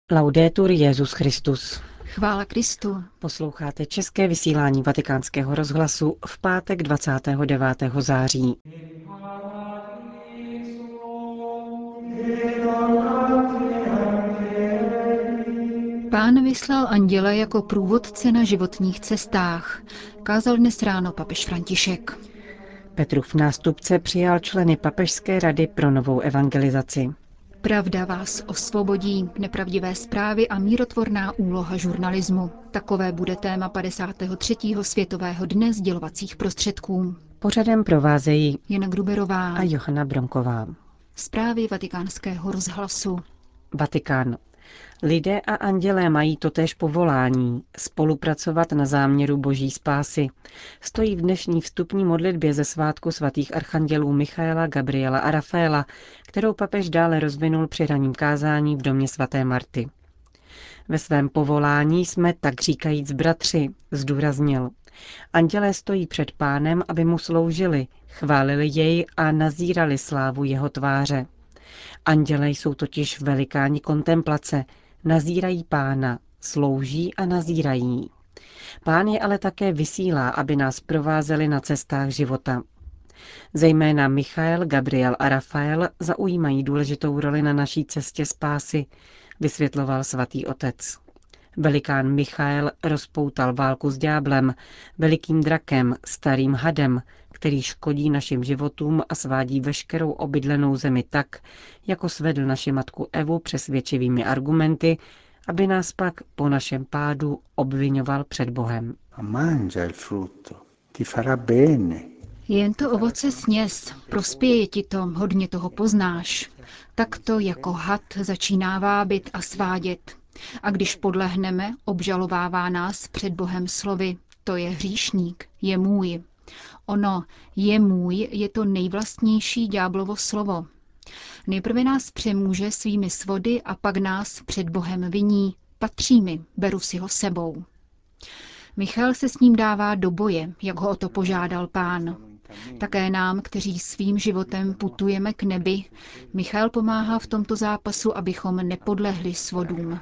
Laudetur Jesus Christus. Chvála Kristu. Posloucháte české vysílání Vatikánského rozhlasu v pátek 29. září. Pán vyslal anděle jako průvodce na životních cestách, kázal dnes ráno papež František. Petrův nástupce přijal členy Papežské rady pro novou evangelizaci. Pravda vás osvobodí, nepravdivé zprávy a mírotvorná úloha žurnalismu. Takové bude téma 53. Světového dne sdělovacích prostředků. Pořadem provázejí Jana Gruberová a Johana Bronková. Zprávy Vatikánského rozhlasu. Vatikán. Lidé a andělé mají totéž povolání spolupracovat na záměru boží spásy. Stojí v dnešní vstupní modlitbě ze svátku svatých archandělů Michaela, Gabriela a Rafaela, kterou papež dále rozvinul při ranním kázání v domě svaté Marty. Ve svém povolání jsme tak říkajíc bratři, zdůraznil. Andělé stojí před Pánem, aby mu sloužili, chválili jej a nazírali slávu jeho tváře. Andělé jsou totiž velikáni kontemplace, nazírají Pána, slouží a nazírají. Pán je ale také vysílá, aby nás provázeli na cestách života. Zejména Michael, Gabriel a Rafael zaujímají důležitou roli na naší cestě spásy, vysvětloval svatý otec. Velikán Michael rozpoutal válku s ďáblem, velikým drakem, starým hadem, který škodí našim životům a svádí veškerou obydlenou zemi tak, jako svedl naši matku Evu přesvědčivými argumenty, aby nás pak po našem pádu obvinoval před Bohem. Jen to ovoce sněz, prospěje ti to, hodně toho poznáš. Tak to jako had začíná vábit a svádět. A když podlehneme, obžalovává nás před Bohem slovy, to je hříšník, je můj. Ono je můj je to nejvlastnější ďáblovo slovo. Nejprve nás přemůže svými svody a pak nás před Bohem viní, patří mi, beru si ho sebou. Michal se s ním dává do boje, jak ho o to požádal Pán. Také nám, kteří svým životem putujeme k nebi, Michal pomáhá v tomto zápasu, abychom nepodlehli svodům.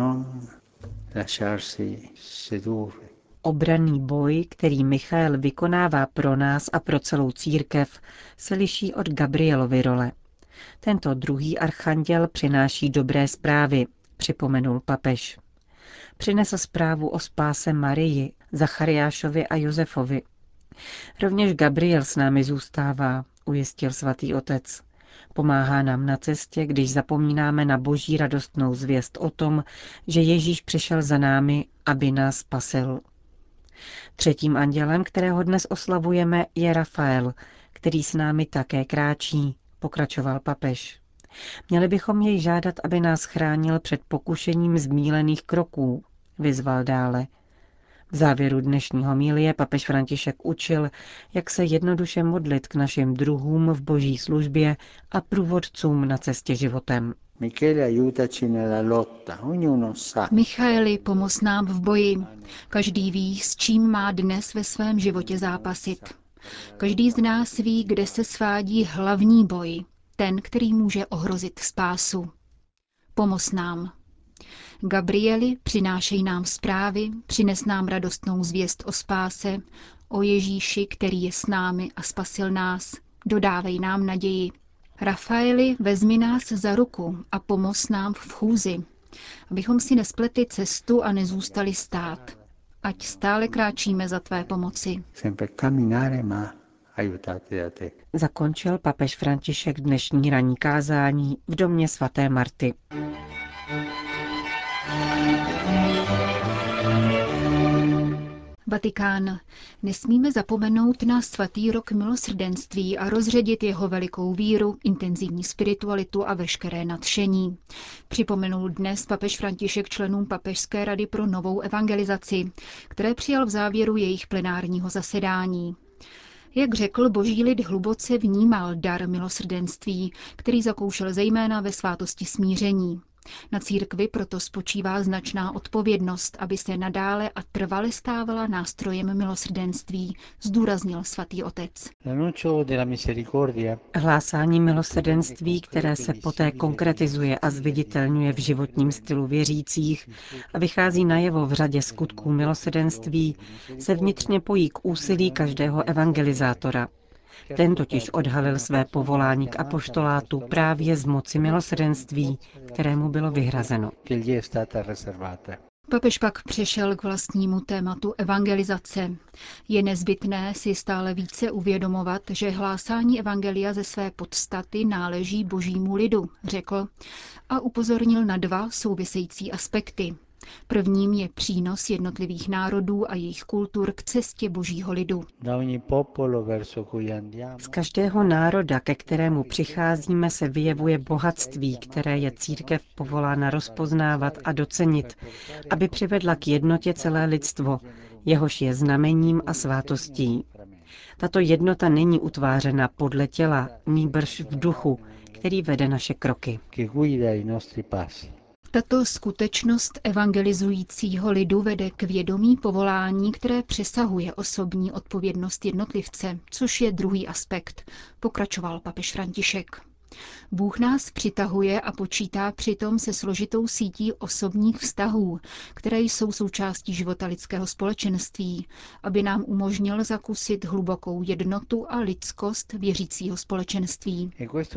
Obranný boj, který Michael vykonává pro nás a pro celou církev, se liší od Gabrielovy role. Tento druhý archanděl přináší dobré zprávy, připomenul papež. Přinesl zprávu o spáse Marii, Zachariášovi a Josefovi. Rovněž Gabriel s námi zůstává, ujistil svatý otec. Pomáhá nám na cestě, když zapomínáme na boží radostnou zvěst o tom, že Ježíš přišel za námi, aby nás spasil. Třetím andělem, kterého dnes oslavujeme, je Rafael, který s námi také kráčí, pokračoval papež. Měli bychom jej žádat, aby nás chránil před pokušením zmýlených kroků, vyzval dále. V závěru dnešního homilie papež František učil, jak se jednoduše modlit k našim druhům v boží službě a průvodcům na cestě životem. Michaeli, pomoz nám v boji. Každý ví, s čím má dnes ve svém životě zápasit. Každý z nás ví, kde se svádí hlavní boj, ten, který může ohrozit spásu. Pomoz nám. Gabrieli, přinášej nám zprávy, přines nám radostnou zvěst o spáse, o Ježíši, který je s námi a spasil nás, dodávej nám naději. Rafaeli, vezmi nás za ruku a pomoz nám v chůzi, abychom si nespletli cestu a nezůstali stát. Ať stále kráčíme za tvé pomoci. Zakončil papež František dnešní ranní kázání v domě svaté Marty. Vatikán. Nesmíme zapomenout na svatý rok milosrdenství a rozředit jeho velikou víru, intenzivní spiritualitu a veškeré nadšení. Připomenul dnes papež František členům Papežské rady pro novou evangelizaci, které přijal v závěru jejich plenárního zasedání. Jak řekl, boží lid hluboce vnímal dar milosrdenství, který zakoušel zejména ve svátosti smíření. Na církvi proto spočívá značná odpovědnost, aby se nadále a trvale stávala nástrojem milosrdenství, zdůraznil svatý otec. Hlásání milosrdenství, které se poté konkretizuje a zviditelňuje v životním stylu věřících a vychází najevo v řadě skutků milosrdenství, se vnitřně pojí k úsilí každého evangelizátora. Ten totiž odhalil své povolání k apoštolátu právě z moci milosrdenství, kterému bylo vyhrazeno. Papež pak přešel k vlastnímu tématu evangelizace. Je nezbytné si stále více uvědomovat, že hlásání evangelia ze své podstaty náleží božímu lidu, řekl a upozornil na dva související aspekty. Prvním je přínos jednotlivých národů a jejich kultur k cestě božího lidu. Z každého národa, ke kterému přicházíme, se vyjevuje bohatství, které je církev povolána rozpoznávat a docenit, aby přivedla k jednotě celé lidstvo, jehož je znamením a svátostí. Tato jednota není utvářena podle těla, nýbrž v duchu, který vede naše kroky. Tato skutečnost evangelizujícího lidu vede k vědomí povolání, které přesahuje osobní odpovědnost jednotlivce, což je druhý aspekt, pokračoval papež František. Bůh nás přitahuje a počítá přitom se složitou sítí osobních vztahů, které jsou součástí života lidského společenství, aby nám umožnil zakusit hlubokou jednotu a lidskost věřícího společenství.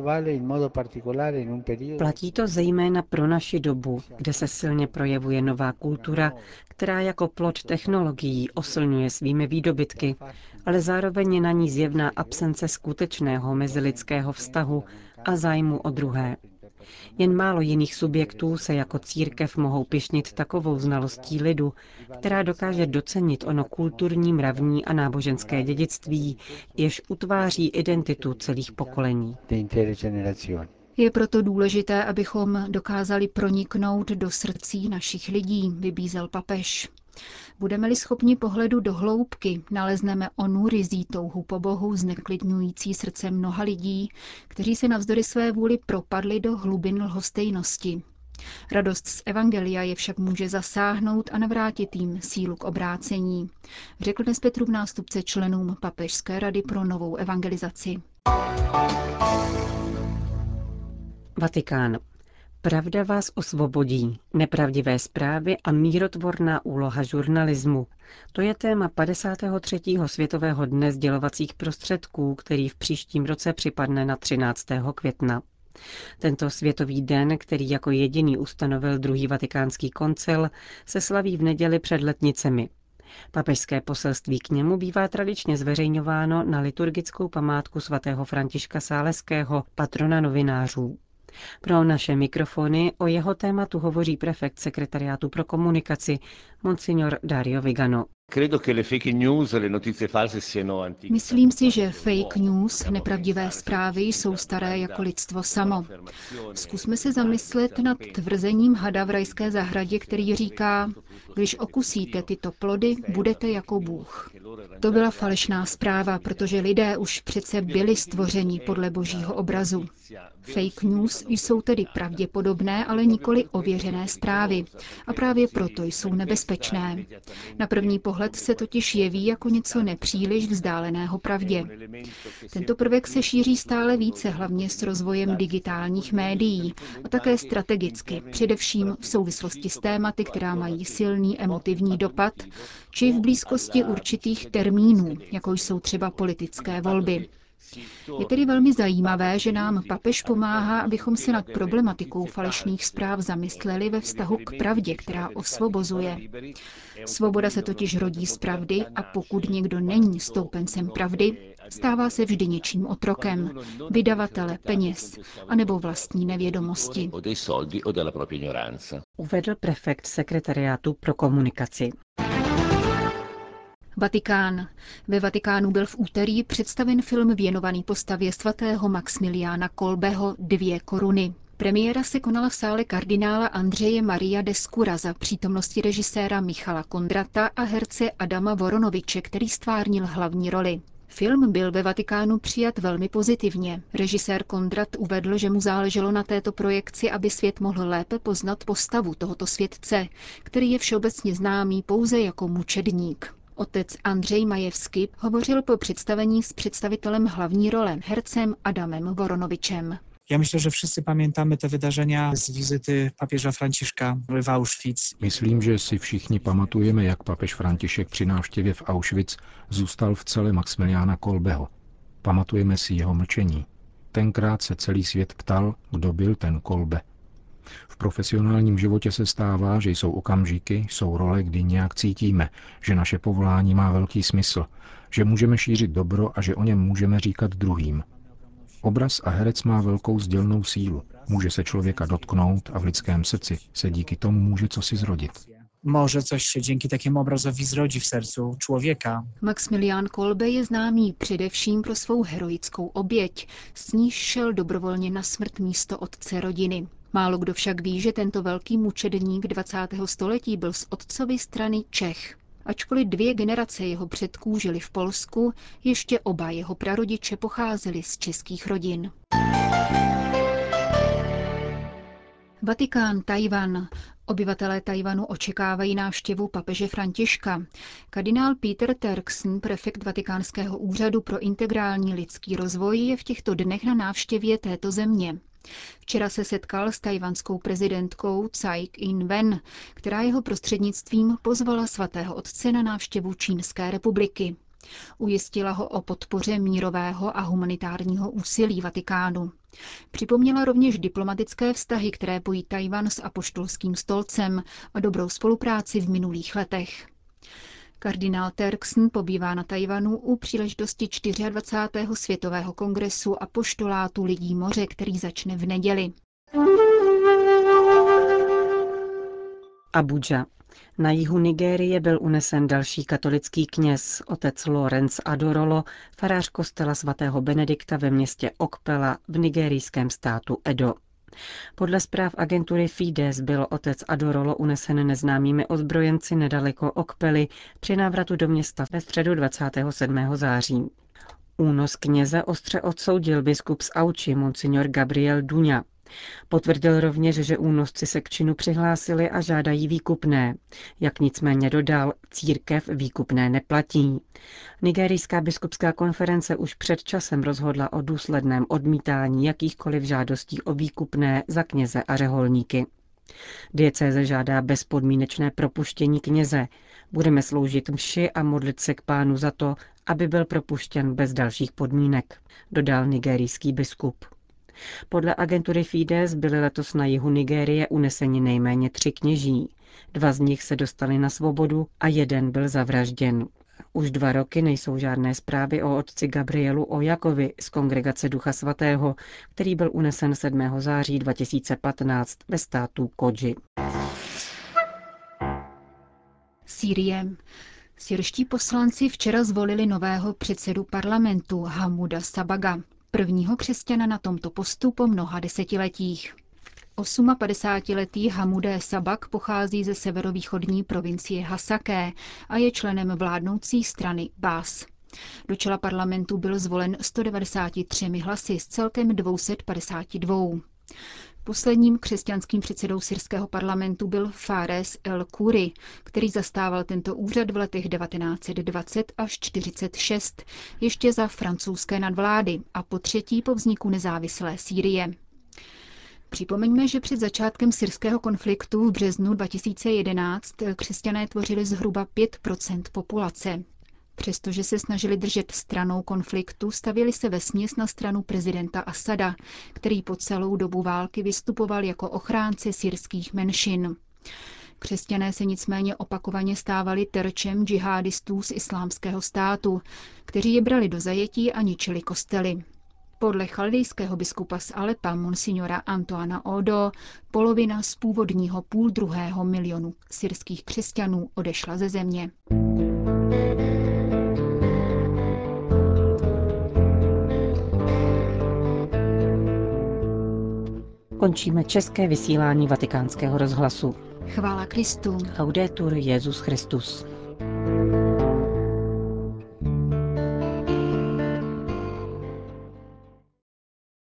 Platí to zejména pro naši dobu, kde se silně projevuje nová kultura, která jako plod technologií oslňuje svými výdobytky, ale zároveň je na ní zjevná absence skutečného mezilidského vztahu a zájmu o druhé. Jen málo jiných subjektů se jako církev mohou pyšnit takovou znalostí lidu, která dokáže docenit ono kulturní, mravní a náboženské dědictví, jež utváří identitu celých pokolení. Je proto důležité, abychom dokázali proniknout do srdcí našich lidí, vybízel papež. Budeme-li schopni pohledu do hloubky, nalezneme onu rizí touhu po Bohu zneklidňující srdce mnoha lidí, kteří se navzdory své vůli propadli do hlubin lhostejnosti. Radost z evangelia je však může zasáhnout a navrátit jim sílu k obrácení, řekl dnes Petrův nástupce členům Papežské rady pro novou evangelizaci. Vatikán. Pravda vás osvobodí, nepravdivé zprávy a mírotvorná úloha žurnalismu. To je téma 53. Světového dne sdělovacích prostředků, který v příštím roce připadne na 13. května. Tento světový den, který jako jediný ustanovil druhý vatikánský koncil, se slaví v neděli před letnicemi. Papežské poselství k němu bývá tradičně zveřejňováno na liturgickou památku svatého Františka Sáleského, patrona novinářů. Pro naše mikrofony o jeho tématu hovoří prefekt sekretariátu pro komunikaci, monsignor Dario Vigano. Myslím si, že fake news, nepravdivé zprávy, jsou staré jako lidstvo samo. Zkusme se zamyslet nad tvrzením hada v rajské zahradě, který říká, když okusíte tyto plody, budete jako Bůh. To byla falešná zpráva, protože lidé už přece byli stvořeni podle božího obrazu. Fake news jsou tedy pravděpodobné, ale nikoli ověřené zprávy. A právě proto jsou nebezpečné. Na první pohled se totiž jeví jako něco nepříliš vzdáleného pravdě. Tento prvek se šíří stále více, hlavně s rozvojem digitálních médií a také strategicky, především v souvislosti s tématy, která mají silný emotivní dopad, či v blízkosti určitých termínů, jako jsou třeba politické volby. Je tedy velmi zajímavé, že nám papež pomáhá, abychom se nad problematikou falešných zpráv zamysleli ve vztahu k pravdě, která osvobozuje. Svoboda se totiž rodí z pravdy a pokud někdo není stoupencem pravdy, stává se vždy něčím otrokem, vydavatele peněz anebo vlastní nevědomosti. Uvedl prefekt sekretariátu pro komunikaci. Vatikán. Ve Vatikánu byl v úterý představen film věnovaný postavě svatého Maxmiliána Kolbeho 2 koruny. Premiéra se konala v sále kardinála Andřeje Maria de Skura za přítomnosti režiséra Michala Kondrata a herce Adama Voronoviče, který stvárnil hlavní roli. Film byl ve Vatikánu přijat velmi pozitivně. Režisér Kondrat uvedl, že mu záleželo na této projekci, aby svět mohl lépe poznat postavu tohoto světce, který je všeobecně známý pouze jako mučedník. Otec Andřej Majevsky hovořil po představení s představitelem hlavní role, hercem Adamem Voronovičem. Ja myślę, że wszyscy pamiętamy te wydarzenia z wizyty papieża Franciszka w Auschwitz. Myslím, že si všichni pamatujeme, jak papež František při návštěvě v Auschwitz zůstal v cele Maxmiliána Kolbeho. Pamatujeme si jeho mlčení. Tenkrát se celý svět ptal, kdo byl ten Kolbe. V profesionálním životě se stává, že jsou okamžiky, jsou role, kdy nějak cítíme, že naše povolání má velký smysl, že můžeme šířit dobro a že o něm můžeme říkat druhým. Obraz a herec má velkou sdělnou sílu. Může se člověka dotknout a v lidském srdci se díky tomu může cosi zrodit. Może coś się dzięki takiemu obrazowi zrodzi w sercu człowieka. Maxmilián Kolbe je známý především pro svou heroickou oběť, s níž šel dobrovolně na smrt místo otce rodiny. Málo kdo však ví, že tento velký mučedník 20. století byl z otcovy strany Čech. Ačkoliv 2 generace jeho předků žili v Polsku, ještě oba jeho prarodiče pocházeli z českých rodin. Vatikán, Tajvan. Obyvatelé Tajvanu očekávají návštěvu papeže Františka. Kardinál Peter Turkson, prefekt Vatikánského úřadu pro integrální lidský rozvoj, je v těchto dnech na návštěvě této země. Včera se setkal s tajvanskou prezidentkou Tsai Ing-wen, která jeho prostřednictvím pozvala svatého otce na návštěvu Čínské republiky. Ujistila ho o podpoře mírového a humanitárního úsilí Vatikánu. Připomněla rovněž diplomatické vztahy, které pojí Tajvan s apoštolským stolcem a dobrou spolupráci v minulých letech. Kardinál Turkson pobývá na Tajvanu u příležitosti 24. světového kongresu apoštolátu lidí moře, který začne v neděli. Abuja. Na jihu Nigérie byl unesen další katolický kněz, otec Lawrence Adorolo, farář kostela svatého Benedikta ve městě Okpela v nigerijském státu Edo. Podle zpráv agentury Fides byl otec Adorolo unesen neznámými ozbrojenci nedaleko Okpely při návratu do města ve středu 27. září. Únos kněze ostře odsoudil biskup z Auči, monsignor Gabriel Duňa. Potvrdil rovněž, že únosci se k činu přihlásili a žádají výkupné. Jak nicméně dodal, církev výkupné neplatí. Nigerijská biskupská konference už před časem rozhodla o důsledném odmítání jakýchkoliv žádostí o výkupné za kněze a řeholníky. Diecéze žádá bezpodmínečné propuštění kněze. Budeme sloužit mši a modlit se k Pánu za to, aby byl propuštěn bez dalších podmínek, dodal nigerijský biskup. Podle agentury Fides byli letos na jihu Nigérie uneseni nejméně 3 kněží. 2 z nich se dostali na svobodu a 1 byl zavražděn. Už 2 roky nejsou žádné zprávy o otci Gabrielu Ojakovi z Kongregace Ducha svatého, který byl unesen 7. září 2015 ve státu Kodži. Sýrie. Syrští poslanci včera zvolili nového předsedu parlamentu Hamuda Sabaga, prvního křesťana na tomto postu po mnoha desetiletích. 58letý Hamoudé Sabak pochází ze severovýchodní provincie Hasaké a je členem vládnoucí strany Bas. Do čela parlamentu byl zvolen 193 hlasy z celkem 252. Posledním křesťanským předsedou syrského parlamentu byl Fares el-Kuri, který zastával tento úřad v letech 1920 až 1946, ještě za francouzské nadvlády a po třetí po vzniku nezávislé Sýrie. Připomeňme, že před začátkem syrského konfliktu v březnu 2011 křesťané tvořili zhruba 5% populace. Přestože se snažili držet stranou konfliktu, stavěli se vesměs na stranu prezidenta Asada, který po celou dobu války vystupoval jako ochránce syrských menšin. Křesťané se nicméně opakovaně stávali terčem džihadistů z Islámského státu, kteří je brali do zajetí a ničili kostely. Podle chaldejského biskupa z Alepa monsignora Antoana Odo polovina z původního 1,5 milionu syrských křesťanů odešla ze země. Končíme české vysílání Vatikánského rozhlasu. Chvála Kristu. Laudetur Jesus Christus.